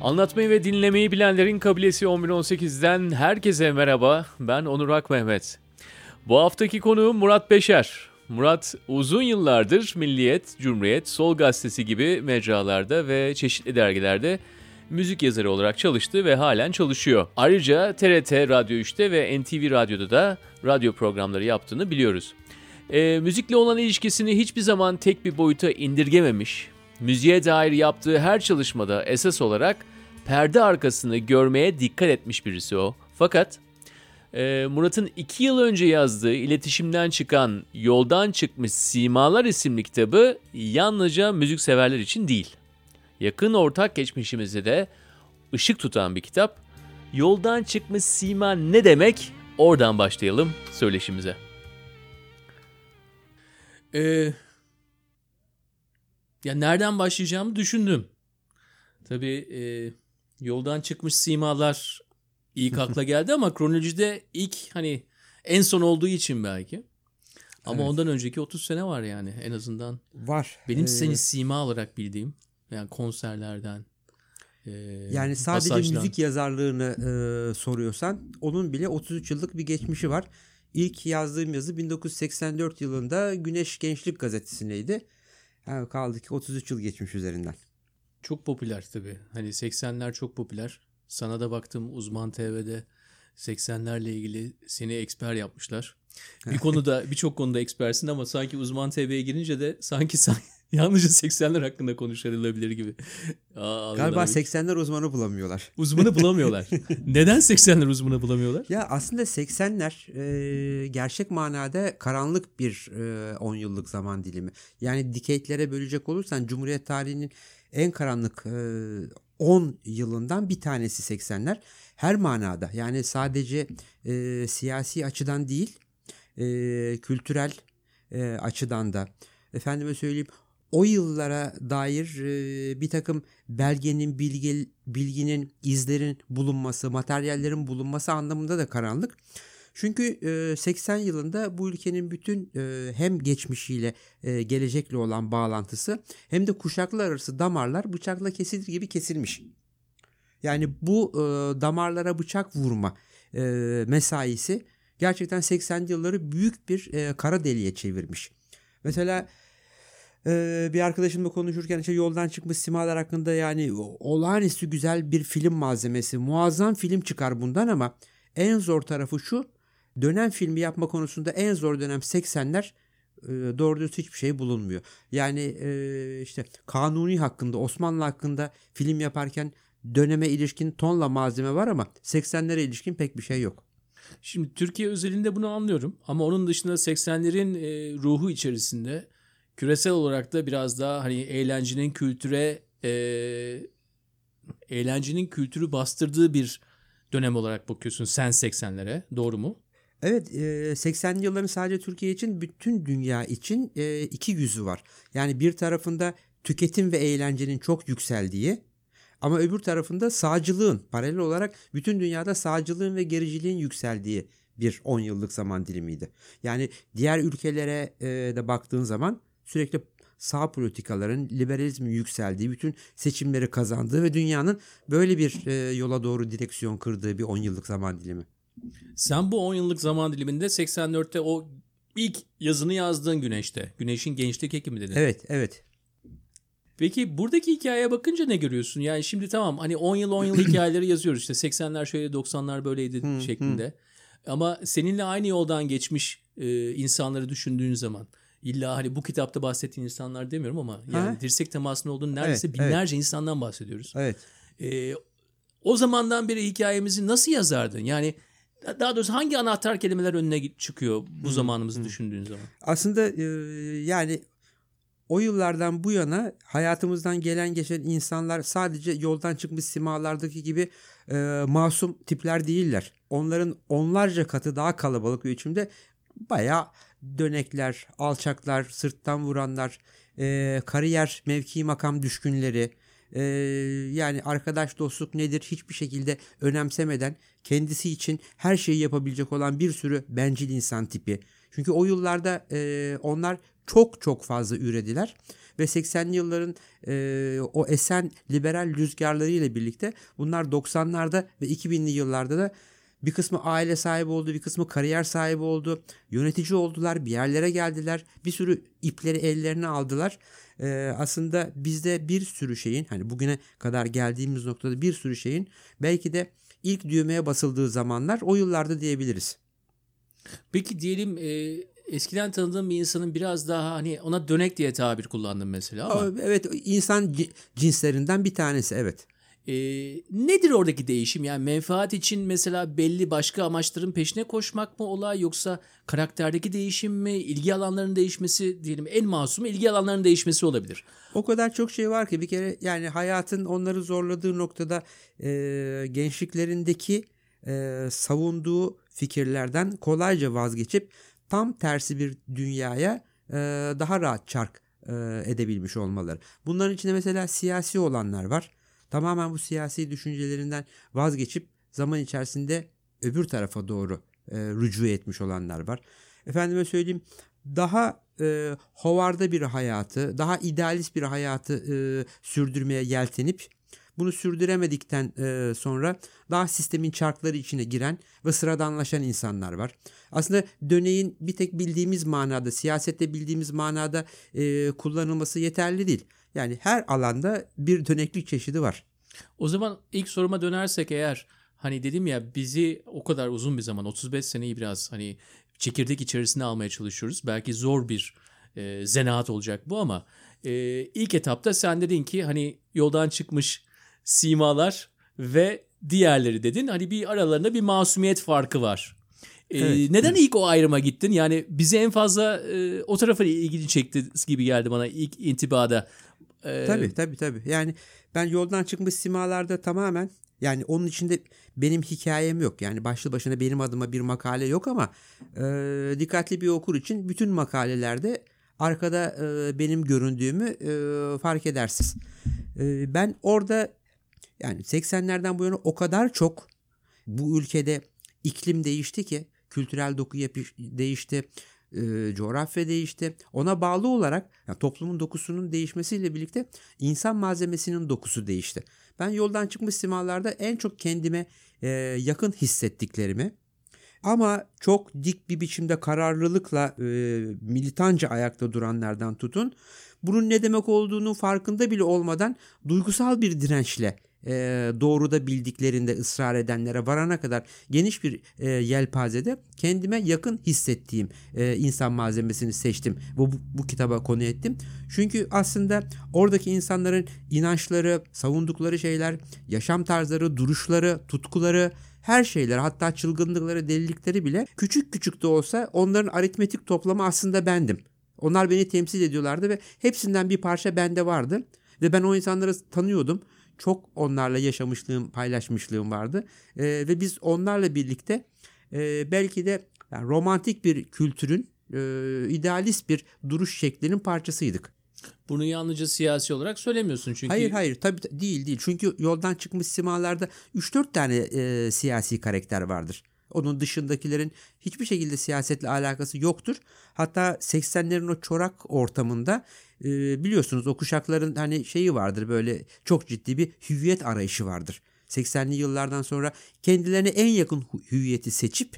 Anlatmayı ve dinlemeyi bilenlerin kabilesi 1118'den herkese merhaba. Ben Onur Akmehmet. Bu haftaki konuğum Murat Beşer. Murat uzun yıllardır Milliyet, Cumhuriyet, Sol Gazetesi gibi mecralarda ve çeşitli dergilerde müzik yazarı olarak çalıştı ve halen çalışıyor. Ayrıca TRT Radyo 3'te ve NTV Radyo'da da radyo programları yaptığını biliyoruz. Müzikle olan ilişkisini hiçbir zaman tek bir boyuta indirgememiş, müziğe dair yaptığı her çalışmada esas olarak perde arkasını görmeye dikkat etmiş birisi o. Fakat Murat'ın 2 yıl önce yazdığı iletişimden çıkan Yoldan Çıkmış Simalar isimli kitabı yalnızca müzikseverler için değil. Yakın ortak geçmişimizde de ışık tutan bir kitap. Yoldan çıkmış sima ne demek? Oradan başlayalım söyleşimize. Ya nereden başlayacağımı düşündüm. Tabii yoldan çıkmış simalar ilk akla geldi ama kronolojide ilk en son olduğu için belki. Ama ondan önceki 30 sene var yani en azından. Var. Benim seni sima olarak bildiğim yani konserlerden. Yani sadece pasajdan. müzik yazarlığını soruyorsan onun bile 33 yıllık bir geçmişi var. İlk yazdığım yazı 1984 yılında Güneş Gençlik Gazetesi'ndeydi. Yani kaldı ki 33 yıl geçmiş üzerinden. Çok popüler tabii. 80'ler çok popüler. Sana da baktım Uzman TV'de 80'lerle ilgili seni eksper yapmışlar. Birçok konuda ekspersin ama sanki Uzman TV'ye girince de sanki yalnızca 80'ler hakkında konuşulabilir gibi. Galiba 80'ler uzmanı bulamıyorlar. Uzmanı bulamıyorlar. Neden 80'ler uzmanı bulamıyorlar? Ya aslında 80'ler gerçek manada karanlık bir 10 yıllık zaman dilimi. Yani decade'lere bölecek olursan Cumhuriyet tarihinin en karanlık 10 yılından bir tanesi 80'ler. Her manada yani sadece siyasi açıdan değil, kültürel açıdan da. Efendime söyleyeyim, o yıllara dair bir takım belgenin, bilginin, izlerin bulunması, materyallerin bulunması anlamında da karanlık. Çünkü 80 yılında bu ülkenin bütün hem geçmişiyle gelecekle olan bağlantısı hem de kuşaklar arası damarlar bıçakla kesilir gibi kesilmiş. Yani bu damarlara bıçak vurma mesaisi gerçekten 80'li yılları büyük bir kara deliğe çevirmiş. Mesela bir arkadaşımla konuşurken Yoldan Çıkmış Simalar hakkında yani olağanüstü güzel bir film malzemesi, muazzam film çıkar bundan ama en zor tarafı şu: dönem filmi yapma konusunda en zor dönem 80'ler, doğru dürüst hiçbir şey bulunmuyor. Yani işte Kanuni hakkında, Osmanlı hakkında film yaparken döneme ilişkin tonla malzeme var ama 80'lere ilişkin pek bir şey yok. Şimdi Türkiye özelinde bunu anlıyorum ama onun dışında 80'lerin ruhu içerisinde küresel olarak da biraz daha eğlencenin kültürü bastırdığı bir dönem olarak bakıyorsun sen 80'lere, doğru mu? Evet, 80'li yılların sadece Türkiye için, bütün dünya için iki yüzü var. Yani bir tarafında tüketim ve eğlencenin çok yükseldiği ama öbür tarafında sağcılığın, paralel olarak bütün dünyada sağcılığın ve gericiliğin yükseldiği bir 10 yıllık zaman dilimiydi. Yani diğer ülkelere de baktığın zaman sürekli sağ politikaların, liberalizmin yükseldiği, bütün seçimleri kazandığı ve dünyanın böyle bir yola doğru direksiyon kırdığı bir 10 yıllık zaman dilimi. Sen bu 10 yıllık zaman diliminde 84'te o ilk yazını yazdığın Güneş'te. Güneş'in Gençlik Hekimi dedin. Evet. Peki buradaki hikayeye bakınca ne görüyorsun? Yani şimdi tamam 10 yıl hikayeleri yazıyoruz işte 80'ler şöyle 90'lar böyleydi şeklinde. Ama seninle aynı yoldan geçmiş insanları düşündüğün zaman illa bu kitapta bahsettiğin insanlar demiyorum ama yani dirsek temasında olduğun neredeyse binlerce insandan bahsediyoruz. Evet. O zamandan beri hikayemizi nasıl yazardın? Yani daha doğrusu hangi anahtar kelimeler önüne çıkıyor bu zamanımızı düşündüğün zaman? Aslında yani o yıllardan bu yana hayatımızdan gelen geçen insanlar sadece Yoldan Çıkmış Simalardaki gibi masum tipler değiller. Onların onlarca katı daha kalabalık bir biçimde bayağı dönekler, alçaklar, sırttan vuranlar, kariyer, mevki, makam düşkünleri, yani arkadaş dostluk nedir hiçbir şekilde önemsemeden kendisi için her şeyi yapabilecek olan bir sürü bencil insan tipi. Çünkü o yıllarda onlar çok çok fazla ürediler ve 80'li yılların o esen liberal rüzgarlarıyla birlikte bunlar 90'larda ve 2000'li yıllarda da bir kısmı aile sahibi oldu, bir kısmı kariyer sahibi oldu, yönetici oldular, bir yerlere geldiler, bir sürü ipleri ellerine aldılar. Aslında bizde bir sürü şeyin, hani bugüne kadar geldiğimiz noktada bir sürü şeyin belki de ilk düğmeye basıldığı zamanlar o yıllarda diyebiliriz. Peki diyelim eskiden tanıdığım bir insanın biraz daha hani ona dönek diye tabir kullandım mesela ama. Evet, insan cinslerinden bir tanesi, evet. Nedir oradaki değişim? Yani menfaat için mesela belli başka amaçların peşine koşmak mı olay, yoksa karakterdeki değişim mi, ilgi alanlarının değişmesi, diyelim en masumu ilgi alanlarının değişmesi olabilir. O kadar çok şey var ki bir kere, yani hayatın onları zorladığı noktada gençliklerindeki savunduğu fikirlerden kolayca vazgeçip tam tersi bir dünyaya daha rahat çark edebilmiş olmaları. Bunların içinde mesela siyasi olanlar var. Tamamen bu siyasi düşüncelerinden vazgeçip zaman içerisinde öbür tarafa doğru rücu etmiş olanlar var. Efendime söyleyeyim, daha hovarda bir hayatı, daha idealist bir hayatı sürdürmeye yeltenip bunu sürdüremedikten sonra daha sistemin çarkları içine giren ve sıradanlaşan insanlar var. Aslında döneğin bir tek bildiğimiz manada, siyasette bildiğimiz manada kullanılması yeterli değil. Yani her alanda bir döneklik çeşidi var. O zaman ilk soruma dönersek eğer, hani dedim ya, bizi o kadar uzun bir zaman, 35 seneyi biraz hani çekirdek içerisine almaya çalışıyoruz. Belki zor bir zanaat olacak bu ama ilk etapta sen dedin ki hani yoldan çıkmış simalar ve diğerleri dedin. Hani bir aralarında bir masumiyet farkı var. Evet. Neden ilk o ayrıma gittin? Yani bizi en fazla o tarafa ilgili çekti gibi geldi bana ilk intibada. Tabii. Yani ben yoldan çıkmış simalarda tamamen, yani onun içinde benim hikayem yok. Yani başlı başına benim adıma bir makale yok ama dikkatli bir okur için bütün makalelerde arkada benim göründüğümü fark edersiniz. Ben orada, yani 80'lerden bu yana o kadar çok bu ülkede iklim değişti ki, kültürel doku değişti, coğrafya değişti. Ona bağlı olarak yani toplumun dokusunun değişmesiyle birlikte insan malzemesinin dokusu değişti. Ben yoldan çıkmış simalarda en çok kendime yakın hissettiklerimi, ama çok dik bir biçimde kararlılıkla militanca ayakta duranlardan tutun, bunun ne demek olduğunu farkında bile olmadan duygusal bir dirençle doğru da bildiklerinde ısrar edenlere varana kadar geniş bir yelpazede kendime yakın hissettiğim insan malzemesini seçtim. Bu kitaba konu ettim. Çünkü aslında oradaki insanların inançları, savundukları şeyler, yaşam tarzları, duruşları, tutkuları, her şeyler, hatta çılgınlıkları, delilikleri bile küçük küçük de olsa onların aritmetik toplamı aslında bendim. Onlar beni temsil ediyorlardı ve hepsinden bir parça bende vardı. Ve ben o insanları tanıyordum. Çok onlarla yaşamışlığım, paylaşmışlığım vardı. Ve biz onlarla birlikte belki de yani romantik bir kültürün, idealist bir duruş şeklinin parçasıydık. Bunu yalnızca siyasi olarak söylemiyorsun çünkü. Hayır, tabii değil. Çünkü yoldan çıkmış simalarda 3-4 tane siyasi karakter vardır. Onun dışındakilerin hiçbir şekilde siyasetle alakası yoktur. Hatta 80'lerin o çorak ortamında biliyorsunuz o kuşakların hani şeyi vardır, böyle çok ciddi bir hüviyet arayışı vardır. 80'li yıllardan sonra kendilerine en yakın hüviyeti seçip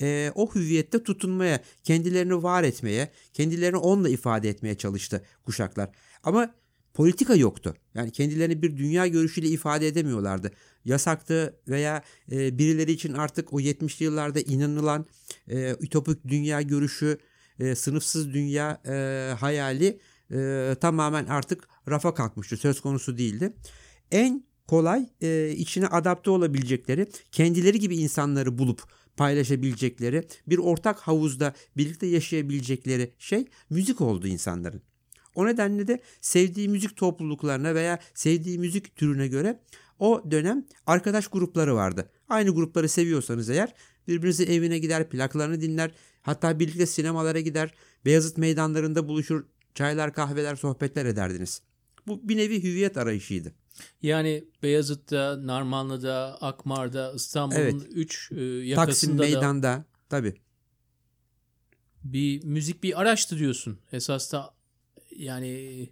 o hüviyette tutunmaya, kendilerini var etmeye, kendilerini onunla ifade etmeye çalıştı kuşaklar. Ama politika yoktu. Yani kendilerini bir dünya görüşüyle ifade edemiyorlardı. Yasaktı veya birileri için artık o 70'li yıllarda inanılan ütopik dünya görüşü, sınıfsız dünya hayali tamamen artık rafa kalkmıştı. Söz konusu değildi. En kolay içine adapte olabilecekleri, kendileri gibi insanları bulup paylaşabilecekleri, bir ortak havuzda birlikte yaşayabilecekleri şey müzik oldu insanların. O nedenle de sevdiği müzik topluluklarına veya sevdiği müzik türüne göre o dönem arkadaş grupları vardı. Aynı grupları seviyorsanız eğer birbirinizin evine gider, plaklarını dinler, hatta birlikte sinemalara gider, Beyazıt meydanlarında buluşur, çaylar, kahveler, sohbetler ederdiniz. Bu bir nevi hüviyet arayışıydı. Yani Beyazıt'ta, Narmanlı'da, Akmar'da, İstanbul'un Evet. 3 yakasında Taksim da meydanda tabii. Bir müzik bir araçtı diyorsun. Esas da yani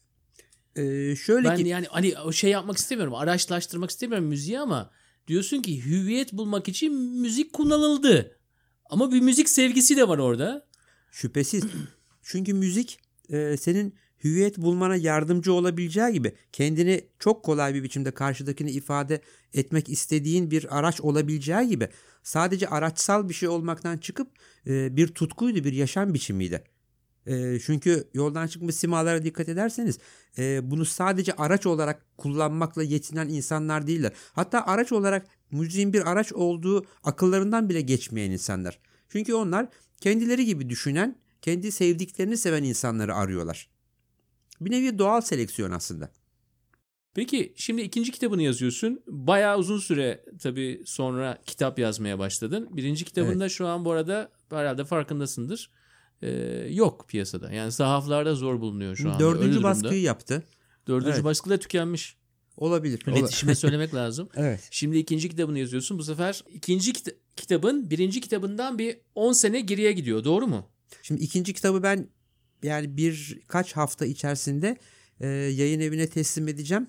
Şöyle ben ki yani hani o şey yapmak istemiyorum. Araçlaştırmak istemiyorum müziği ama diyorsun ki hüviyet bulmak için müzik kullanıldı. Ama bir müzik sevgisi de var orada. şüphesiz. Çünkü müzik senin hüviyet bulmana yardımcı olabileceği gibi kendini çok kolay bir biçimde karşıdakini ifade etmek istediğin bir araç olabileceği gibi sadece araçsal bir şey olmaktan çıkıp bir tutkuydu, bir yaşam biçimiydi. Çünkü yoldan çıkmış simalara dikkat ederseniz bunu sadece araç olarak kullanmakla yetinen insanlar değiller. Hatta araç olarak müziğin bir araç olduğu akıllarından bile geçmeyen insanlar. Çünkü onlar kendileri gibi düşünen, kendi sevdiklerini seven insanları arıyorlar. Bir nevi doğal seleksiyon aslında. Peki şimdi ikinci kitabını yazıyorsun. Bayağı uzun süre tabii sonra kitap yazmaya başladın. Birinci kitabında Evet. şu an bu arada herhalde farkındasındır. Yok piyasada. Yani sahaflarda zor bulunuyor şu anda. Öyle Dördüncü durumda. baskıyı yaptı. Dördüncü Evet. baskı da tükenmiş. Olabilir. İletişime söylemek lazım. Evet. Şimdi ikinci kitabını yazıyorsun. Bu sefer ikinci kitabın birinci kitabından bir 10 sene geriye gidiyor. Doğru mu? Şimdi ikinci kitabı ben yani birkaç hafta içerisinde yayın evine teslim edeceğim.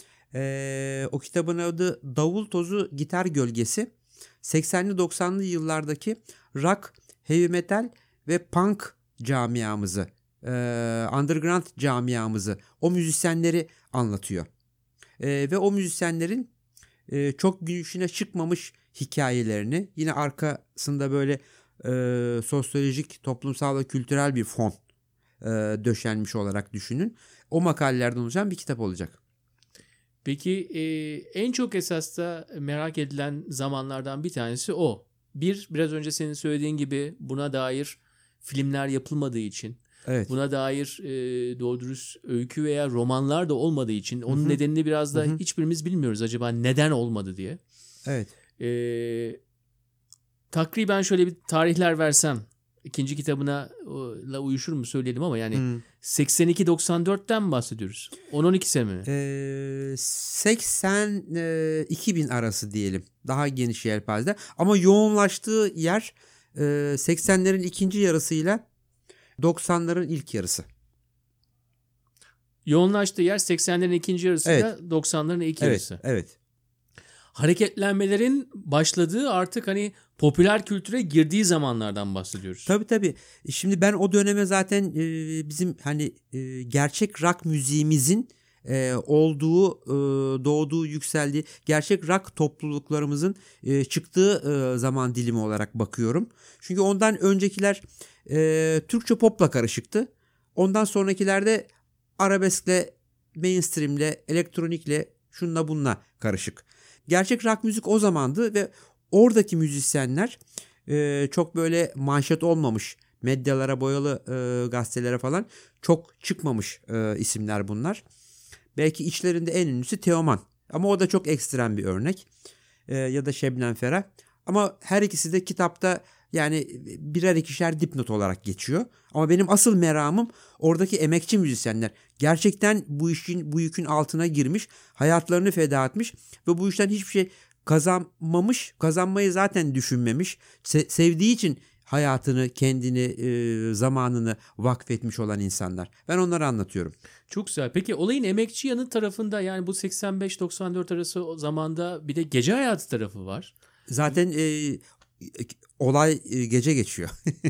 O kitabın adı Davul Tozu Gitar Gölgesi. 80'li 90'lı yıllardaki rock, heavy metal ve punk camiamızı, underground camiamızı, o müzisyenleri anlatıyor. Ve o müzisyenlerin çok gün içine çıkmamış hikayelerini, yine arkasında böyle sosyolojik, toplumsal ve kültürel bir fon döşenmiş olarak düşünün. O makalelerden oluşan bir kitap olacak. Peki en çok esas da merak edilen zamanlardan bir tanesi o. Biraz önce senin söylediğin gibi buna dair filmler yapılmadığı için, Evet. buna dair doğru dürüst öykü veya romanlar da olmadığı için onun Hı hı. nedenini biraz da Hı hı. hiçbirimiz bilmiyoruz acaba neden olmadı diye. Evet. Takriben şöyle bir tarihler versem ikinci kitabına uyuşur mu söyleyelim ama yani 82-94'ten bahsediyoruz. 10-12 sene mi? 80-2000 arası diyelim. Daha geniş yelpazede. Ama yoğunlaştığı yer 80'lerin ikinci yarısıyla 90'ların ilk yarısı. Yoğunlaştığı yer 80'lerin ikinci yarısıyla 90'ların ilk yarısı. Evet. Hareketlenmelerin başladığı artık hani popüler kültüre girdiği zamanlardan bahsediyoruz. Tabii. Şimdi ben o döneme zaten bizim hani gerçek rock müziğimizin olduğu, doğduğu, yükseldiği, gerçek rock topluluklarımızın çıktığı zaman dilimi olarak bakıyorum. Çünkü ondan öncekiler Türkçe popla karışıktı. Ondan sonrakilerde arabeskle, mainstreamle, elektronikle, şunla bunla karışık. Gerçek rock müzik o zamandı ve oradaki müzisyenler çok böyle manşet olmamış, medyalara, boyalı gazetelere falan çok çıkmamış isimler bunlar. Belki içlerinde en ünlüsü Teoman. Ama o da çok ekstrem bir örnek. Ya da Şebnem Ferah. Ama her ikisi de kitapta yani birer ikişer dipnot olarak geçiyor. Ama benim asıl meramım oradaki emekçi müzisyenler. Gerçekten bu yükün altına girmiş, hayatlarını feda etmiş ve bu işten hiçbir şey kazanmamış, kazanmayı zaten düşünmemiş. Sevdiği için hayatını, kendini, zamanını vakfetmiş olan insanlar. Ben onları anlatıyorum. Çok güzel. Peki olayın emekçi yanı tarafında yani bu 85-94 arası o zamanda bir de gece hayatı tarafı var. Zaten olay gece geçiyor.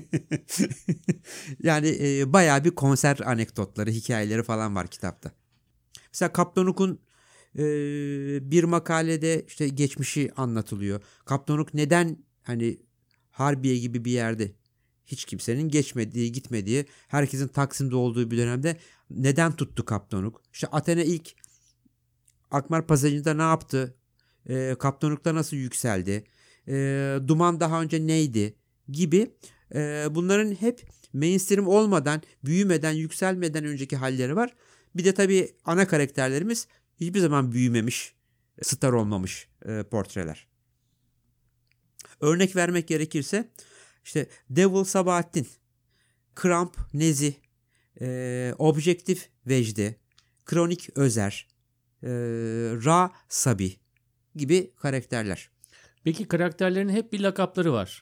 Yani bayağı bir konser anekdotları, hikayeleri falan var kitapta. Mesela Kaptanuk'un bir makalede işte geçmişi anlatılıyor. Kaptanuk neden hani Harbiye gibi bir yerde hiç kimsenin geçmediği, gitmediği, herkesin Taksim'de olduğu bir dönemde neden tuttu Kaptanuk? İşte Athena ilk Akmar Pasajı'nda ne yaptı? Kaptanuk'ta nasıl yükseldi? Duman daha önce neydi? Gibi bunların hep mainstream olmadan, büyümeden, yükselmeden önceki halleri var. Bir de tabii ana karakterlerimiz hiçbir zaman büyümemiş, star olmamış portreler. Örnek vermek gerekirse işte Devil Sabahattin, Kramp Nezih, Objektif Vecdi, Kronik Özer, Ra Sabi gibi karakterler. Peki karakterlerin hep bir lakapları var.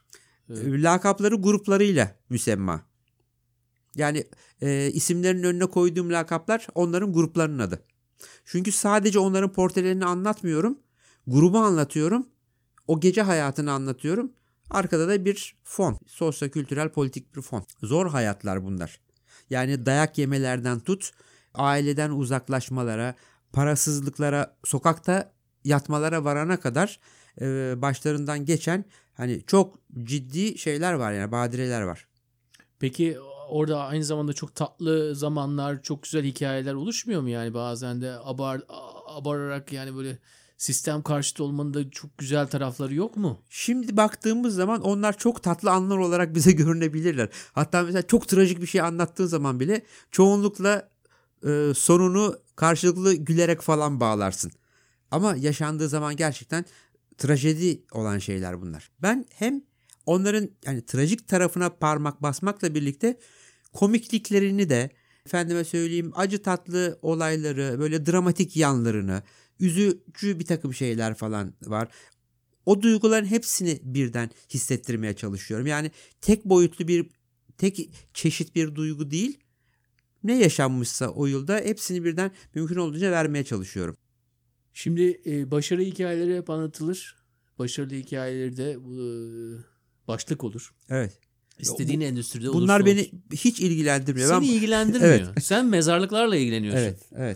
Lakapları gruplarıyla müsemma. Yani isimlerin önüne koyduğum lakaplar onların gruplarının adı. Çünkü sadece onların portrelerini anlatmıyorum. Grubu anlatıyorum. O gece hayatını anlatıyorum. Arkada da bir fon. Sosyo-kültürel politik bir fon. Zor hayatlar bunlar. Yani dayak yemelerden tut, aileden uzaklaşmalara, parasızlıklara, sokakta yatmalara varana kadar başlarından geçen hani çok ciddi şeyler var, yani badireler var. Peki orada aynı zamanda çok tatlı zamanlar, çok güzel hikayeler oluşmuyor mu yani bazen de abararak, yani böyle sistem karşıtı olmanın da çok güzel tarafları yok mu? Şimdi baktığımız zaman onlar çok tatlı anlar olarak bize görünebilirler. Hatta mesela çok trajik bir şey anlattığın zaman bile çoğunlukla sonunu karşılıklı gülerek falan bağlarsın. Ama yaşandığı zaman gerçekten trajedi olan şeyler bunlar. Ben hem onların yani trajik tarafına parmak basmakla birlikte komikliklerini de, efendime söyleyeyim, acı tatlı olayları, böyle dramatik yanlarını, üzücü bir takım şeyler falan var. O duyguların hepsini birden hissettirmeye çalışıyorum. Yani tek boyutlu tek çeşit bir duygu değil. Ne yaşanmışsa o yılda hepsini birden mümkün olduğunca vermeye çalışıyorum. Şimdi başarı hikayeleri hep anlatılır. Başarılı hikayeleri de başlık olur. Evet. İstediğin endüstride Bunlar olursa beni olsun. hiç ilgilendirmiyor. Seni ilgilendirmiyor. Evet. Sen mezarlıklarla ilgileniyorsun. Evet, evet.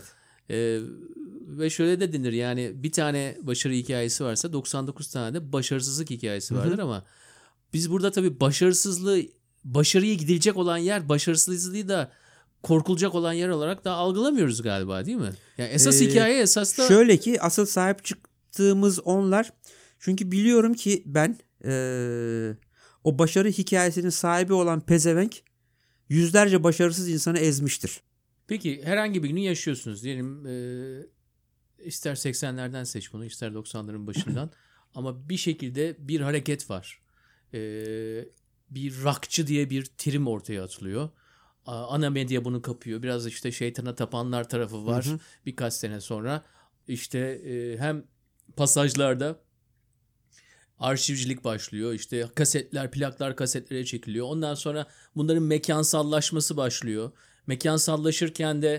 Ve şöyle de denir, yani bir tane başarı hikayesi varsa 99 tane de başarısızlık hikayesi vardır. Ama biz burada tabii başarıya gidilecek olan yer, başarısızlığı da korkulacak olan yer olarak da algılamıyoruz galiba, değil mi? Yani esas hikaye esas da... Şöyle ki asıl sahip çıktığımız onlar. Çünkü biliyorum ki ben o başarı hikayesinin sahibi olan pezevenk yüzlerce başarısız insanı ezmiştir. Peki herhangi bir günü yaşıyorsunuz diyelim, ister 80'lerden seç bunu, ister 90'ların başından ama bir şekilde bir hareket var. Bir rockçı diye bir terim ortaya atılıyor. Ana medya bunu kapıyor. Biraz işte şeytana tapanlar tarafı var. Birkaç sene sonra işte hem pasajlarda arşivcilik başlıyor. İşte kasetler, plaklar kasetlere çekiliyor. Ondan sonra bunların mekansallaşması başlıyor. Mekansallaşırken de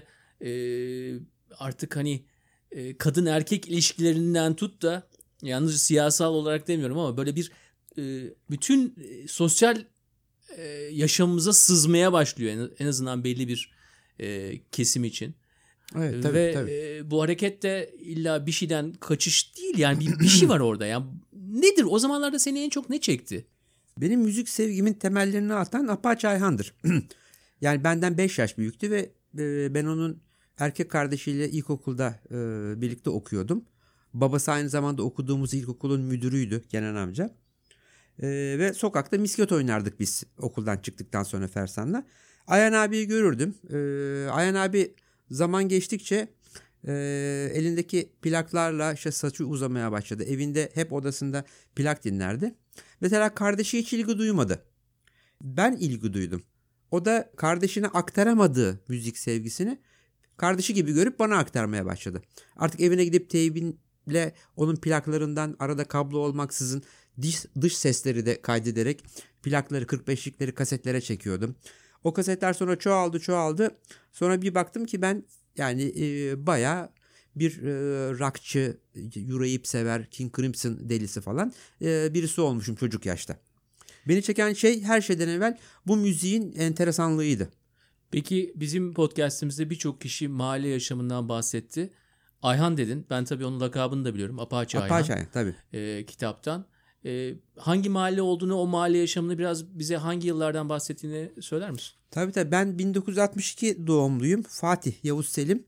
artık hani kadın erkek ilişkilerinden tut da, yalnız siyasal olarak demiyorum ama böyle bir bütün sosyal yaşamımıza sızmaya başlıyor en azından belli bir kesim için. Evet, tabii, ve tabii. Bu hareket de illa bir şeyden kaçış değil, yani bir şey var orada. Yani nedir? O zamanlarda seni en çok ne çekti? Benim müzik sevgimin temellerini atan Apache Ayhan'dır. Yani benden 5 yaş büyüktü ve ben onun erkek kardeşiyle ilkokulda birlikte okuyordum. Babası aynı zamanda okuduğumuz ilkokulun müdürüydü, Kenan amca. Ve sokakta misket oynardık biz okuldan çıktıktan sonra Fersan'la. Ayhan abiyi görürdüm. Ayhan abi zaman geçtikçe elindeki plaklarla işte saçı uzamaya başladı. Evinde hep odasında plak dinlerdi. Mesela kardeşi hiç ilgi duymadı. Ben ilgi duydum. O da kardeşine aktaramadığı müzik sevgisini kardeşi gibi görüp bana aktarmaya başladı. Artık evine gidip teybinle onun plaklarından arada kablo olmaksızın dış sesleri de kaydederek plakları, 45'likleri kasetlere çekiyordum. O kasetler sonra çoğaldı. Sonra bir baktım ki ben yani bayağı bir rockçı, yürüyüp sever, King Crimson delisi falan birisi olmuşum çocuk yaşta. Beni çeken şey her şeyden evvel bu müziğin enteresanlığıydı. Peki bizim podcastimizde birçok kişi mahalle yaşamından bahsetti. Ayhan dedin. Ben tabii onun lakabını da biliyorum. Apache Ayhan. Apache Ayhan tabii. Kitaptan. Hangi mahalle olduğunu, o mahalle yaşamını biraz bize hangi yıllardan bahsettiğini söyler misin? Tabii ben 1962 doğumluyum. Fatih Yavuz Selim.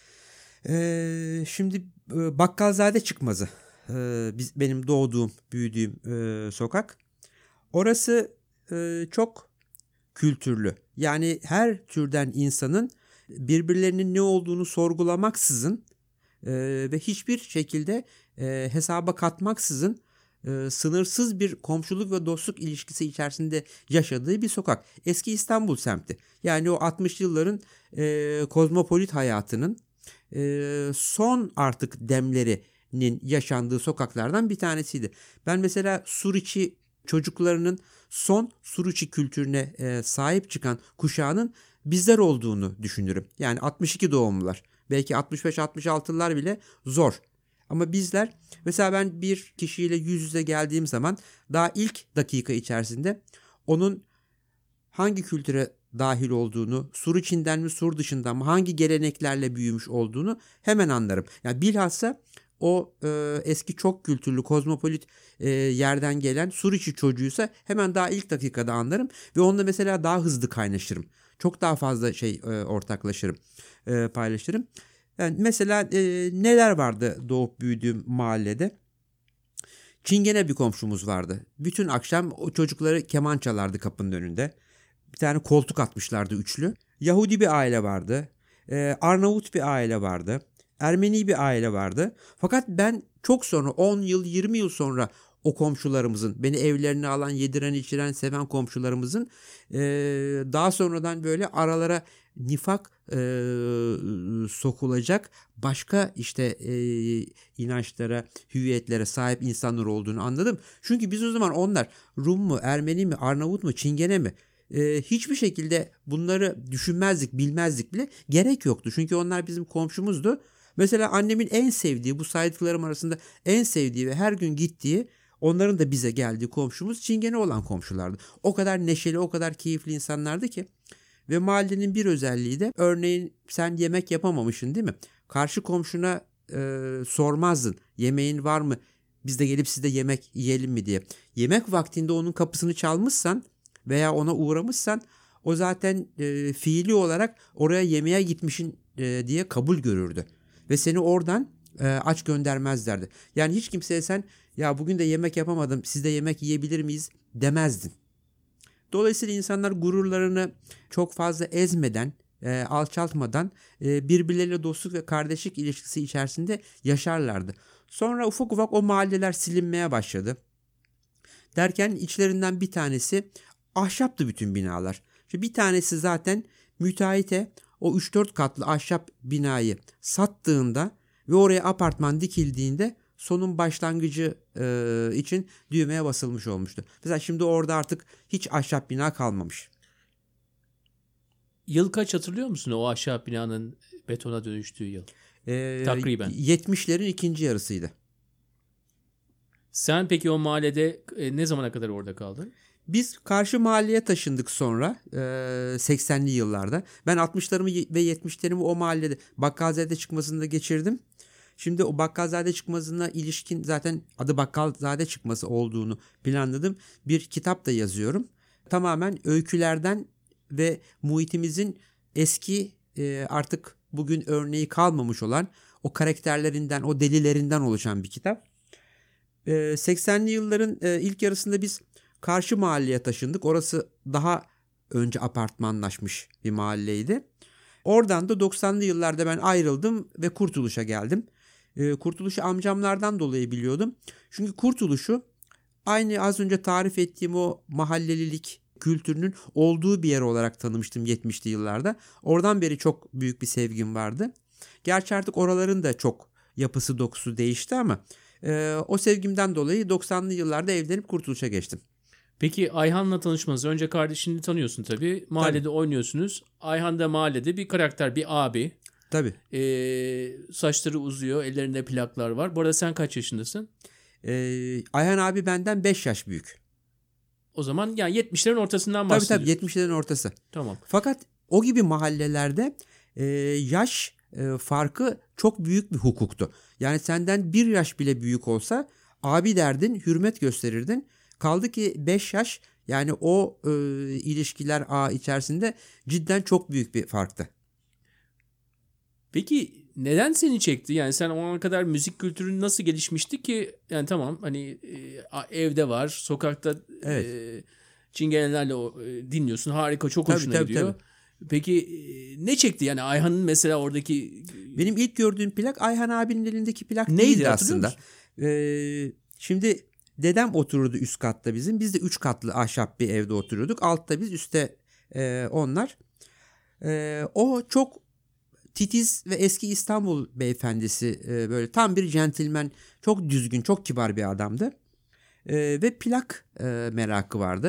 Şimdi Bakkalzade Çıkmazı. Benim doğduğum, büyüdüğüm sokak. Orası çok kültürlü. Yani her türden insanın birbirlerinin ne olduğunu sorgulamaksızın ve hiçbir şekilde hesaba katmaksızın sınırsız bir komşuluk ve dostluk ilişkisi içerisinde yaşadığı bir sokak. Eski İstanbul semti. Yani o 60'lı yılların kozmopolit hayatının son artık demlerinin yaşandığı sokaklardan bir tanesiydi. Ben mesela Suriçi çocuklarının son Suruçi kültürüne sahip çıkan kuşağının bizler olduğunu düşünürüm. Yani 62 doğumlular. Belki 65-66'lar bile zor. Ama bizler, mesela ben bir kişiyle yüz yüze geldiğim zaman daha ilk dakika içerisinde onun hangi kültüre dahil olduğunu, Sur içinden mi Sur dışından mı, hangi geleneklerle büyümüş olduğunu hemen anlarım. Yani bilhassa o eski çok kültürlü kozmopolit yerden gelen Sur içi çocuğuysa hemen daha ilk dakikada anlarım ve onunla mesela daha hızlı kaynaşırım. Çok daha fazla şey ortaklaşırım, paylaşırım. Yani mesela neler vardı doğup büyüdüğüm mahallede? Çingene bir komşumuz vardı. Bütün akşam o çocukları keman çalardı kapının önünde. Bir tane koltuk atmışlardı üçlü. Yahudi bir aile vardı. Arnavut bir aile vardı. Ermeni bir aile vardı. Fakat ben çok sonra 10 yıl 20 yıl sonra o komşularımızın, beni evlerine alan, yediren, içiren, seven komşularımızın daha sonradan böyle aralara nifak sokulacak başka işte inançlara, hüviyetlere sahip insanlar olduğunu anladım. Çünkü biz o zaman onlar Rum mu, Ermeni mi, Arnavut mu, Çingene mi? Hiçbir şekilde bunları düşünmezdik, bilmezdik bile. Gerek yoktu. Çünkü onlar bizim komşumuzdu. Mesela annemin en sevdiği, bu saydıklarım arasında en sevdiği ve her gün gittiği, onların da bize geldiği komşumuz Çingene olan komşulardı. O kadar neşeli, o kadar keyifli insanlardı ki. Ve mahallenin bir özelliği de, örneğin sen yemek yapamamışsın değil mi? Karşı komşuna sormazdın. Yemeğin var mı? Biz de gelip sizde yemek yiyelim mi diye. Yemek vaktinde onun kapısını çalmışsan veya ona uğramışsan o zaten fiili olarak oraya yemeğe gitmişsin diye kabul görürdü. Ve seni oradan aç göndermezlerdi. Yani hiç kimseye sen ya bugün de yemek yapamadım, siz de yemek yiyebilir miyiz demezdin. Dolayısıyla insanlar gururlarını çok fazla ezmeden, alçaltmadan birbirleriyle dostluk ve kardeşlik ilişkisi içerisinde yaşarlardı. Sonra ufak ufak o mahalleler silinmeye başladı. Derken içlerinden bir tanesi ahşaptı bütün binalar. İşte bir tanesi zaten müteahhite o 3-4 katlı ahşap binayı sattığında ve oraya apartman dikildiğinde sonun başlangıcı için düğmeye basılmış olmuştu. Mesela şimdi orada artık hiç ahşap bina kalmamış. Yıl kaç hatırlıyor musun o ahşap binanın betona dönüştüğü yıl? Takriben. 70'lerin ikinci yarısıydı. Sen peki o mahallede ne zamana kadar orada kaldın? Biz karşı mahalleye taşındık sonra 80'li yıllarda. Ben 60'larımı ve 70'lerimi o mahallede Bakkalzade çıkmasında geçirdim. Şimdi o Bakkalzade çıkmasına ilişkin zaten adı Bakkalzade çıkması olduğunu planladım. Bir kitap da yazıyorum. Tamamen öykülerden ve muhitimizin eski artık bugün örneği kalmamış olan o karakterlerinden, o delilerinden oluşan bir kitap. 80'li yılların ilk yarısında biz karşı mahalleye taşındık. Orası daha önce apartmanlaşmış bir mahalleydi. Oradan da 90'lı yıllarda ben ayrıldım ve Kurtuluş'a geldim. Kurtuluş'u amcamlardan dolayı biliyordum. Çünkü Kurtuluş'u aynı az önce tarif ettiğim o mahallelilik kültürünün olduğu bir yer olarak tanımıştım 70'li yıllarda. Oradan beri çok büyük bir sevgim vardı. Gerçi artık oraların da çok yapısı dokusu değişti ama o sevgimden dolayı 90'lı yıllarda evlenip Kurtuluş'a geçtim. Peki Ayhan'la tanışmanız, önce kardeşini tanıyorsun tabii. Mahallede tabii oynuyorsunuz. Ayhan da mahallede bir karakter, bir abi. Tabii. Saçları uzuyor, ellerinde plaklar var. Bu arada sen kaç yaşındasın? Ayhan abi benden 5 yaş büyük. O zaman yani 70'lerin ortasından bahsediyoruz. Tabii 70'lerin ortası. Tamam. Fakat o gibi mahallelerde yaş farkı çok büyük bir hukuktu. Yani senden 1 yaş bile büyük olsa abi derdin, hürmet gösterirdin. Kaldı ki 5 yaş, yani o ilişkiler ağı içerisinde cidden çok büyük bir farktı. Peki neden seni çekti? Yani sen o ana kadar müzik kültürün nasıl gelişmişti ki? Yani tamam, hani evde var, sokakta Evet. çingenelerle dinliyorsun. Harika, çok hoşuna gidiyor. Tabii. Peki ne çekti? Yani Ayhan'ın mesela oradaki... Benim ilk gördüğüm plak Ayhan abinin elindeki plak neydi değildi aslında. Şimdi dedem otururdu üst katta bizim. Biz de 3 katlı ahşap bir evde oturuyorduk. Altta biz, üstte onlar. O çok titiz ve eski İstanbul beyefendisi, böyle tam bir centilmen, çok düzgün, çok kibar bir adamdı. Ve plak merakı vardı.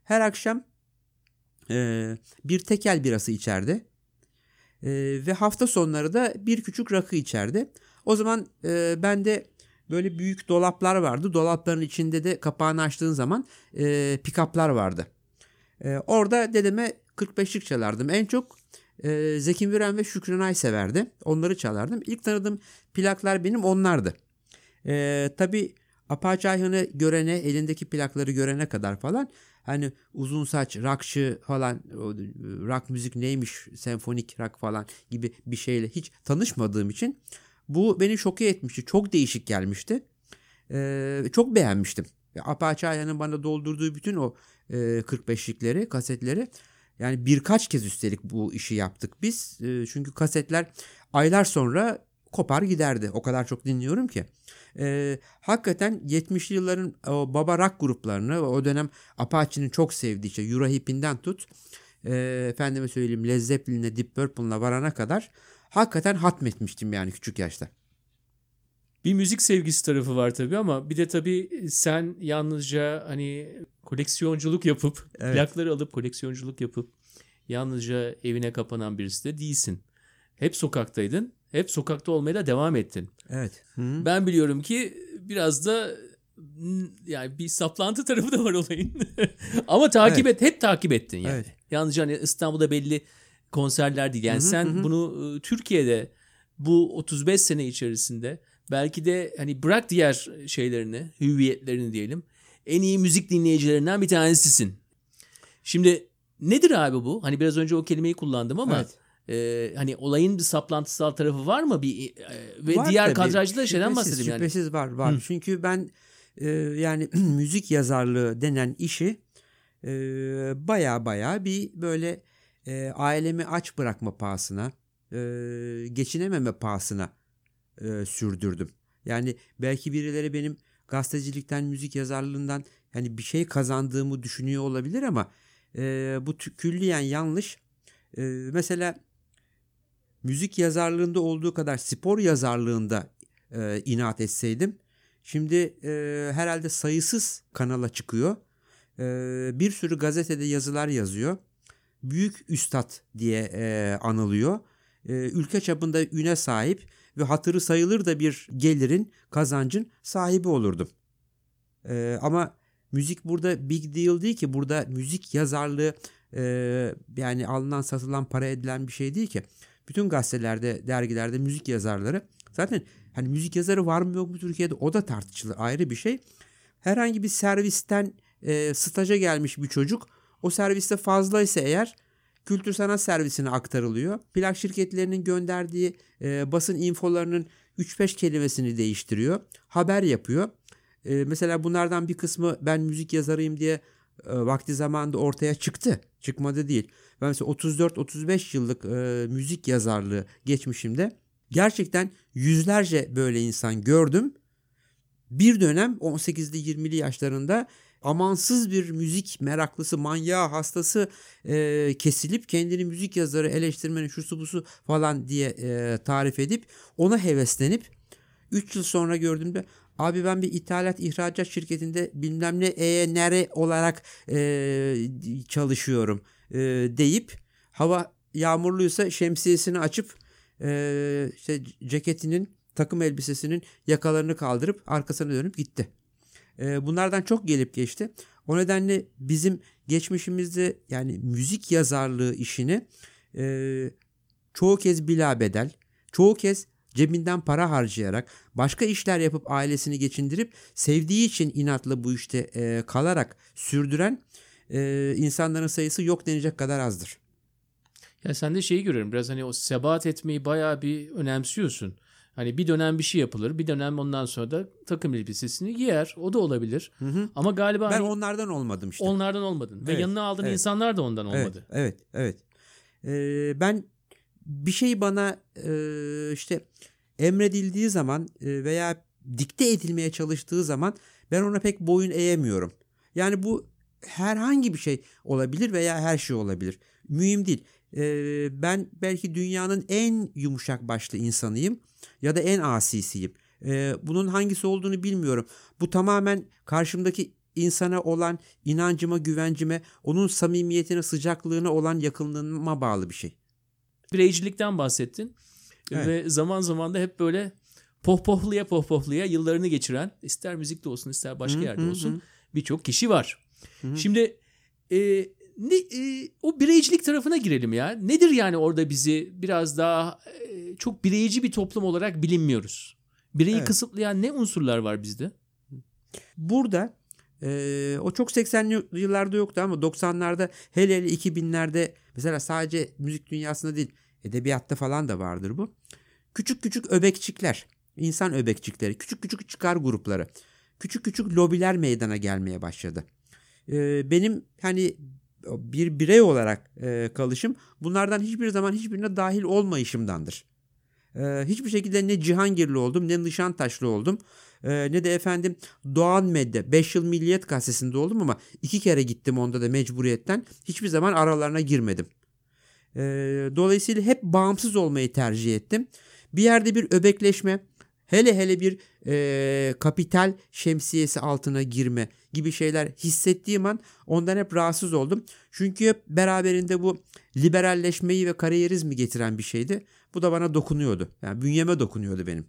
her akşam bir tekel birası içerdi. Ve hafta sonları da bir küçük rakı içerdi. O zaman bende böyle büyük dolaplar vardı. Dolapların içinde de kapağını açtığın zaman pick-up'lar vardı. Orada dedeme 45'lik çalardım. En çok Zeki Müren ve Şükran Ay severdi. Onları çalardım. İlk tanıdığım plaklar benim onlardı. Tabii Apache Ayhan'ı görene, elindeki plakları görene kadar falan hani uzun saç, rockçı falan, rock müzik neymiş, senfonik rock falan gibi bir şeyle hiç tanışmadığım için bu beni şoke etmişti. Çok değişik gelmişti. Çok beğenmiştim. Apache Ayhan'ın bana doldurduğu bütün o 45'likleri, kasetleri, yani birkaç kez üstelik bu işi yaptık biz. Çünkü kasetler aylar sonra kopar giderdi. O kadar çok dinliyorum ki. Hakikaten 70'li yılların o baba rock gruplarını, o dönem Apache'nin çok sevdiği işte Eurohip'inden tut, efendime söyleyeyim Led Zeppelin'e, Deep Purple'ına varana kadar hakikaten hatmetmiştim yani küçük yaşta. Bir müzik sevgisi tarafı var tabii ama bir de tabii sen yalnızca hani koleksiyonculuk yapıp, Evet. plakları alıp koleksiyonculuk yapıp yalnızca evine kapanan birisi de değilsin. Hep sokaktaydın. Hep sokakta olmaya da devam ettin. Evet. Hı-hı. Ben biliyorum ki biraz da yani bir saplantı tarafı da var olayın. Ama hep takip ettin yani. Evet. Yalnızca hani İstanbul'da belli konserler değil. Yani sen bunu Türkiye'de bu 35 sene içerisinde belki de hani bırak diğer şeylerini, hüviyetlerini diyelim, en iyi müzik dinleyicilerinden bir tanesisin. Şimdi nedir abi bu? Hani biraz önce o kelimeyi kullandım ama Evet. Hani olayın bir saplantısal tarafı var mı? Ve Var diğer tabii. kadrajda şeyden bahsedeyim yani. Şüphesiz var. Çünkü ben yani müzik yazarlığı denen işi baya bir böyle ailemi aç bırakma pahasına, geçinememe pahasına sürdürdüm. Yani belki birileri benim gazetecilikten, müzik yazarlığından yani bir şey kazandığımı düşünüyor olabilir ama bu külliyen yanlış. Mesela müzik yazarlığında olduğu kadar spor yazarlığında inat etseydim şimdi herhalde sayısız kanala çıkıyor. Bir sürü gazetede yazılar yazıyor. Büyük üstad diye anılıyor. Ülke çapında üne sahip ve hatırı sayılır da bir gelirin, kazancın sahibi olurdum. Ama müzik burada big deal değil ki. Burada müzik yazarlığı yani alınan satılan para edilen bir şey değil ki. Bütün gazetelerde, dergilerde müzik yazarları, zaten hani müzik yazarı var mı yok mu Türkiye'de, o da tartışılır, ayrı bir şey. Herhangi bir servisten staja gelmiş bir çocuk, o serviste fazlaysa eğer kültür sanat servisine aktarılıyor. Plak şirketlerinin gönderdiği basın infolarının 3-5 kelimesini değiştiriyor. Haber yapıyor. Mesela bunlardan bir kısmı ben müzik yazarıyım diye vakti zamanında ortaya çıktı. Çıkmadı değil. Ben mesela 34-35 yıllık müzik yazarlığı geçmişimde gerçekten yüzlerce böyle insan gördüm. Bir dönem 18'li 20'li yaşlarında amansız bir müzik meraklısı, manyağı, hastası kesilip kendini müzik yazarı, eleştirmeni, şusu busu falan diye tarif edip ona heveslenip 3 yıl sonra gördüğümde abi ben bir ithalat ihracat şirketinde bilmem ne nere olarak çalışıyorum deyip hava yağmurluysa şemsiyesini açıp işte ceketinin, takım elbisesinin yakalarını kaldırıp arkasına dönüp gitti. Bunlardan çok gelip geçti. O nedenle bizim geçmişimizde yani müzik yazarlığı işini çoğu kez bilabedel, çoğu kez cebinden para harcayarak, başka işler yapıp ailesini geçindirip sevdiği için inatla bu işte kalarak sürdüren insanların sayısı yok denecek kadar azdır. Ya sen de şeyi görüyorum, biraz hani o sebat etmeyi bayağı bir önemsiyorsun. Hani bir dönem bir şey yapılır, bir dönem ondan sonra da takım elbisesini giyer. O da olabilir. Hı. Ama galiba Ben hani onlardan olmadım işte. onlardan olmadın. Ve Evet, yanına aldığın evet. insanlar da ondan olmadı. Evet. Ben bir şey bana işte emredildiği zaman veya dikte edilmeye çalıştığı zaman ben ona pek boyun eğemiyorum. Yani bu herhangi bir şey olabilir veya her şey olabilir. Mühim değil. Ben belki dünyanın en yumuşak başlı insanıyım ya da en asisiyim. Bunun hangisi olduğunu bilmiyorum. Bu tamamen karşımdaki insana olan inancıma, güvencime, onun samimiyetine, sıcaklığına olan yakınlığıma bağlı bir şey. Bireycilikten bahsettin. Evet. Ve zaman zaman da hep böyle pohpohluya yıllarını geçiren, ister müzikte olsun ister başka yerde olsun birçok kişi var. Şimdi o bireycilik tarafına girelim ya. Nedir yani orada bizi biraz daha çok bireyci bir toplum olarak bilinmiyoruz. Bireyi kısıtlayan ne unsurlar var bizde? Burada o çok 80'li yıllarda yoktu ama 90'larda hele 2000'lerde mesela sadece müzik dünyasında değil edebiyatta falan da vardır bu. Küçük küçük öbekçikler, insan öbekçikleri, küçük küçük çıkar grupları, küçük küçük lobiler meydana gelmeye başladı. Benim hani bir birey olarak kalışım bunlardan hiçbir zaman hiçbirine dahil olmayışımdandır. Hiçbir şekilde ne Cihangirli oldum ne Nişantaşlı oldum ne de efendim Doğan Medya 5 yıl Milliyet Gazetesi'nde oldum ama 2 kere gittim onda da mecburiyetten hiçbir zaman aralarına girmedim. Dolayısıyla hep bağımsız olmayı tercih ettim. Bir yerde bir öbekleşme hele bir kapital şemsiyesi altına girme gibi şeyler hissettiğim an ondan hep rahatsız oldum. Çünkü hep beraberinde bu liberalleşmeyi ve kariyerizmi getiren bir şeydi. Bu da bana dokunuyordu. Yani bünyeme dokunuyordu benim.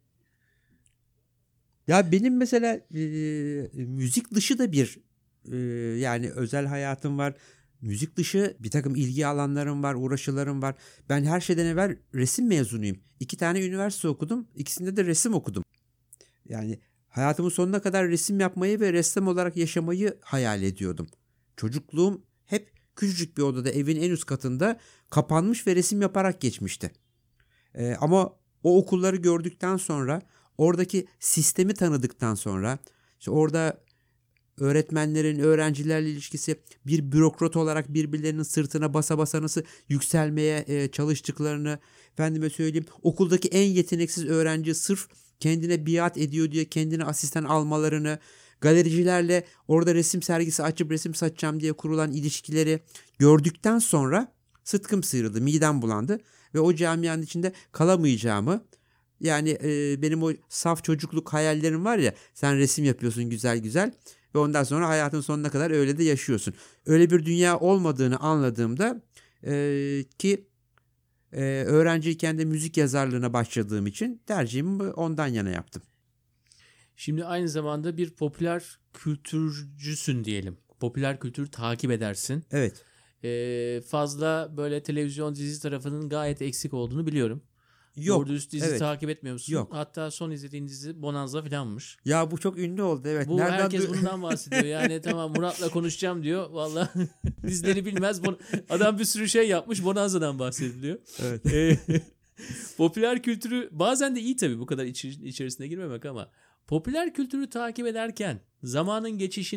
Ya benim mesela müzik dışı da bir yani özel hayatım var. Müzik dışı bir takım ilgi alanlarım var, uğraşılarım var. Ben her şeyden evvel resim mezunuyum. 2 tane üniversite okudum. İkisinde de resim okudum. Yani hayatımın sonuna kadar resim yapmayı ve ressam olarak yaşamayı hayal ediyordum. Çocukluğum hep küçücük bir odada evin en üst katında kapanmış ve resim yaparak geçmişti. Ama o okulları gördükten sonra, oradaki sistemi tanıdıktan sonra, işte orada öğretmenlerin öğrencilerle ilişkisi bir bürokrat olarak birbirlerinin sırtına basa basa nasıl yükselmeye çalıştıklarını, efendime söyleyeyim okuldaki en yeteneksiz öğrenci sırf kendine biat ediyor diye kendine asistan almalarını, galericilerle orada resim sergisi açıp resim satacağım diye kurulan ilişkileri gördükten sonra sıtkım sıyrıldı, midem bulandı ve o camianın içinde kalamayacağımı, yani benim o saf çocukluk hayallerim var ya, sen resim yapıyorsun güzel güzel ve ondan sonra hayatın sonuna kadar öyle de yaşıyorsun. Öyle bir dünya olmadığını anladığımda ki öğrenciyken de müzik yazarlığına başladığım için tercihimi ondan yana yaptım. Şimdi aynı zamanda bir popüler kültürcüsün diyelim. Popüler kültürü takip edersin. Evet. Fazla böyle televizyon dizi tarafının gayet eksik olduğunu biliyorum. Yok. Doğru dürüst dizi takip etmiyor musun? Yok. Hatta son izlediğin dizi Bonanza falanmış. Ya bu çok ünlü oldu, evet. Bu herkes bundan bahsediyor. Yani tamam Murat'la konuşacağım diyor. Vallahi dizileri bilmez. Adam bir sürü şey yapmış. Bonanza'dan bahsediliyor. Evet. Popüler kültürü bazen de iyi tabii bu kadar içerisine girmemek ama popüler kültürü takip ederken zamanın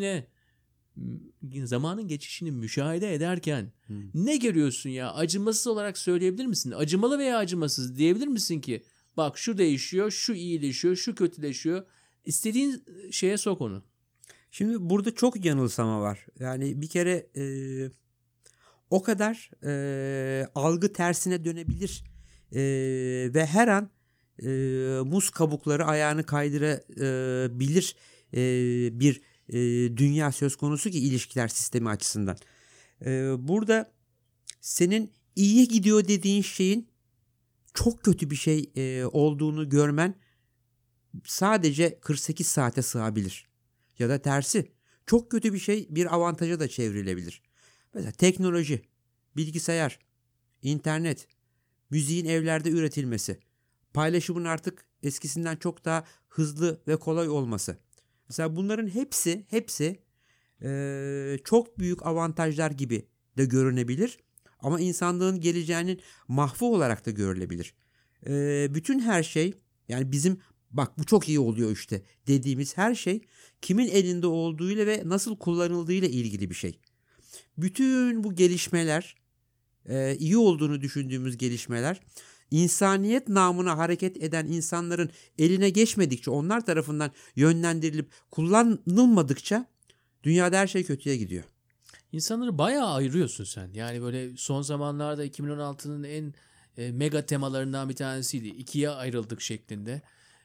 geçişini müşahede ederken ne görüyorsun ya? Acımasız olarak söyleyebilir misin? Acımalı veya acımasız diyebilir misin ki bak şu değişiyor, şu iyileşiyor, şu kötüleşiyor. İstediğin şeye sok onu. Şimdi burada çok yanılsama var. Yani bir kere o kadar algı tersine dönebilir ve her an muz kabukları ayağını kaydırabilir bir dünya söz konusu ki ilişkiler sistemi açısından. Burada senin iyiye gidiyor dediğin şeyin çok kötü bir şey olduğunu görmen sadece 48 saate sığabilir. Ya da tersi, çok kötü bir şey bir avantaja da çevrilebilir. Mesela teknoloji, bilgisayar, internet, müziğin evlerde üretilmesi, paylaşımın artık eskisinden çok daha hızlı ve kolay olması. Mesela bunların hepsi çok büyük avantajlar gibi de görünebilir. Ama insanlığın geleceğinin mahvu olarak da görülebilir. Bütün her şey, yani bizim bak bu çok iyi oluyor işte dediğimiz her şey kimin elinde olduğuyla ve nasıl kullanıldığıyla ilgili bir şey. Bütün bu gelişmeler, iyi olduğunu düşündüğümüz gelişmeler, insaniyet namına hareket eden insanların eline geçmedikçe, onlar tarafından yönlendirilip kullanılmadıkça dünyada her şey kötüye gidiyor. İnsanları bayağı ayırıyorsun sen. Yani böyle son zamanlarda 2016'nın en mega temalarından bir tanesiydi. 2'ye ayrıldık şeklinde.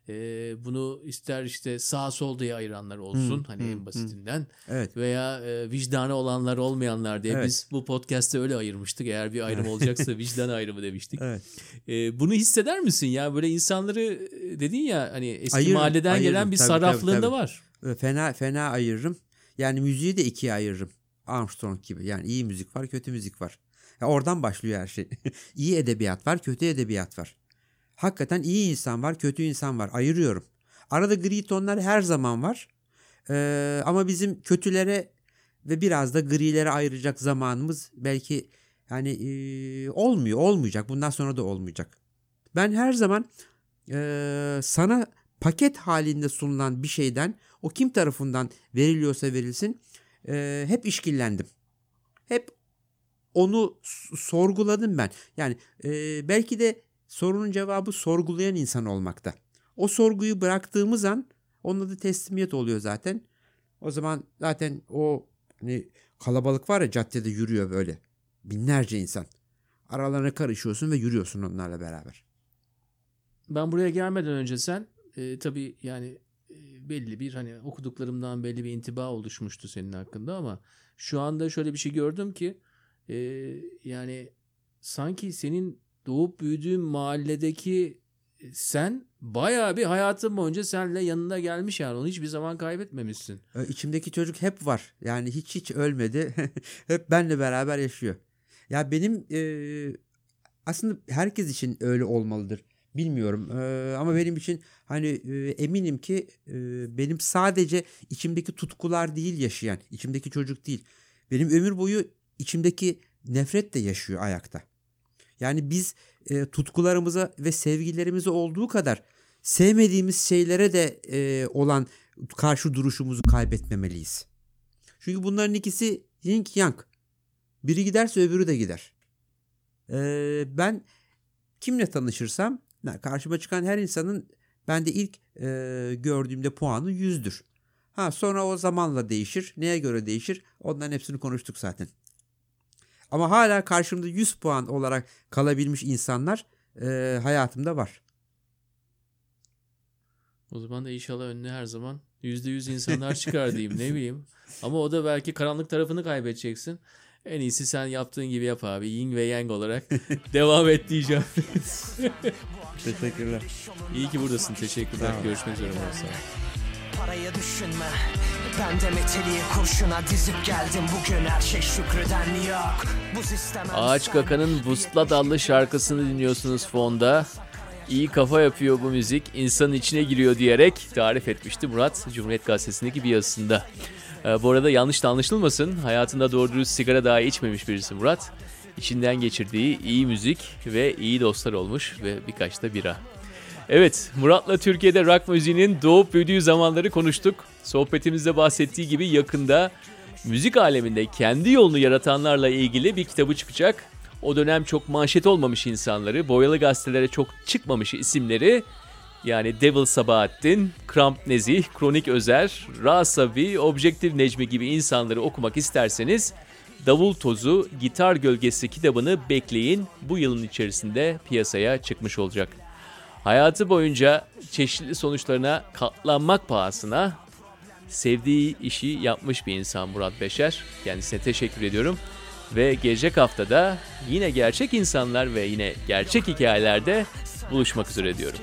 Bunu ister işte sağ sol diye ayıranlar olsun hani en basitinden Evet. veya vicdanı olanlar olmayanlar diye Evet. biz bu podcast'te öyle ayırmıştık. Eğer bir ayrım olacaksa vicdan ayrımı demiştik. Evet. Bunu hisseder misin ya böyle insanları dedin ya hani eski Ayırırım, mahalleden gelen bir tabii, sarraflığında tabii. var. Fena ayırırım. Yani müziği de ikiye ayırırım. Armstrong gibi. Yani iyi müzik var, kötü müzik var. Ya oradan başlıyor her şey. İyi edebiyat var, kötü edebiyat var. Hakikaten iyi insan var, kötü insan var. Ayırıyorum. Arada gri tonlar her zaman var. Ama bizim kötülere ve biraz da grilere ayıracak zamanımız belki yani olmayacak. Bundan sonra da olmayacak. Ben her zaman sana paket halinde sunulan bir şeyden o kim tarafından veriliyorsa verilsin hep işkillendim. Hep onu sorguladım ben. Yani belki de sorunun cevabı sorgulayan insan olmakta. O sorguyu bıraktığımız an onun adı teslimiyet oluyor zaten. O zaman zaten o hani kalabalık var ya caddede yürüyor böyle. Binlerce insan. Aralarına karışıyorsun ve yürüyorsun onlarla beraber. Ben buraya gelmeden önce sen tabii yani belli bir hani okuduklarımdan belli bir intiba oluşmuştu senin hakkında ama şu anda şöyle bir şey gördüm ki yani sanki senin doğup büyüdüğün mahalledeki sen bayağı bir hayatın boyunca seninle yanına gelmiş yani onu hiçbir zaman kaybetmemişsin. İçimdeki çocuk hep var. Yani hiç ölmedi. Hep benle beraber yaşıyor. Ya benim aslında herkes için öyle olmalıdır. Bilmiyorum ama benim için hani eminim ki benim sadece içimdeki tutkular değil yaşayan, içimdeki çocuk değil. Benim ömür boyu içimdeki nefret de yaşıyor ayakta. Yani biz tutkularımıza ve sevgilerimize olduğu kadar sevmediğimiz şeylere de olan karşı duruşumuzu kaybetmemeliyiz. Çünkü bunların ikisi yin yang. Biri giderse öbürü de gider. Ben kimle tanışırsam karşıma çıkan her insanın ben de ilk gördüğümde puanı 100'dür. Sonra o zamanla değişir. Neye göre değişir? Onların hepsini konuştuk zaten. Ama hala karşımda 100 puan olarak kalabilmiş insanlar hayatımda var. O zaman da inşallah önüne her zaman %100 insanlar çıkar diyeyim ne bileyim. Ama o da belki karanlık tarafını kaybedeceksin. En iyisi sen yaptığın gibi yap abi. Yin ve yang olarak devam et diyeceğim. Teşekkürler. İyi ki buradasın. Teşekkürler. Görüşmek üzere. Parayı düşünme. Ben de meteliği kurşuna dizip geldim bugün her şey şükreden yok. Bu sistem Ağaç Kaka'nın Vuslat adlı şarkısını dinliyorsunuz fonda. İyi kafa yapıyor bu müzik, insanın içine giriyor diyerek tarif etmişti Murat Cumhuriyet Gazetesi'ndeki bir yazısında. Bu arada yanlış da anlaşılmasın, hayatında doğru dürüst sigara dahi içmemiş birisi Murat. İçinden geçirdiği iyi müzik ve iyi dostlar olmuş ve birkaç da bira. Evet, Murat'la Türkiye'de rock müziğinin doğup büyüdüğü zamanları konuştuk. Sohbetimizde bahsettiği gibi yakında müzik aleminde kendi yolunu yaratanlarla ilgili bir kitabı çıkacak. O dönem çok manşet olmamış insanları, boyalı gazetelere çok çıkmamış isimleri yani Devil Sabahattin, Kramp Nezih, Kronik Özer, Rasavi, Objektif Necmi gibi insanları okumak isterseniz Davul Tozu, Gitar Gölgesi kitabını bekleyin. Bu yılın içerisinde piyasaya çıkmış olacak. Hayatı boyunca çeşitli sonuçlarına katlanmak pahasına sevdiği işi yapmış bir insan Murat Beşer. Kendisine teşekkür ediyorum. Ve gelecek haftada yine gerçek insanlar ve yine gerçek hikayelerde buluşmak üzere diyorum.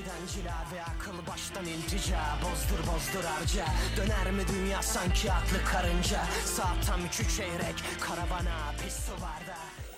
Bozdur harca. Döner mi dünya sanki aklı karınca. Saat tam 3 çeyrek. Karavana pis su barda.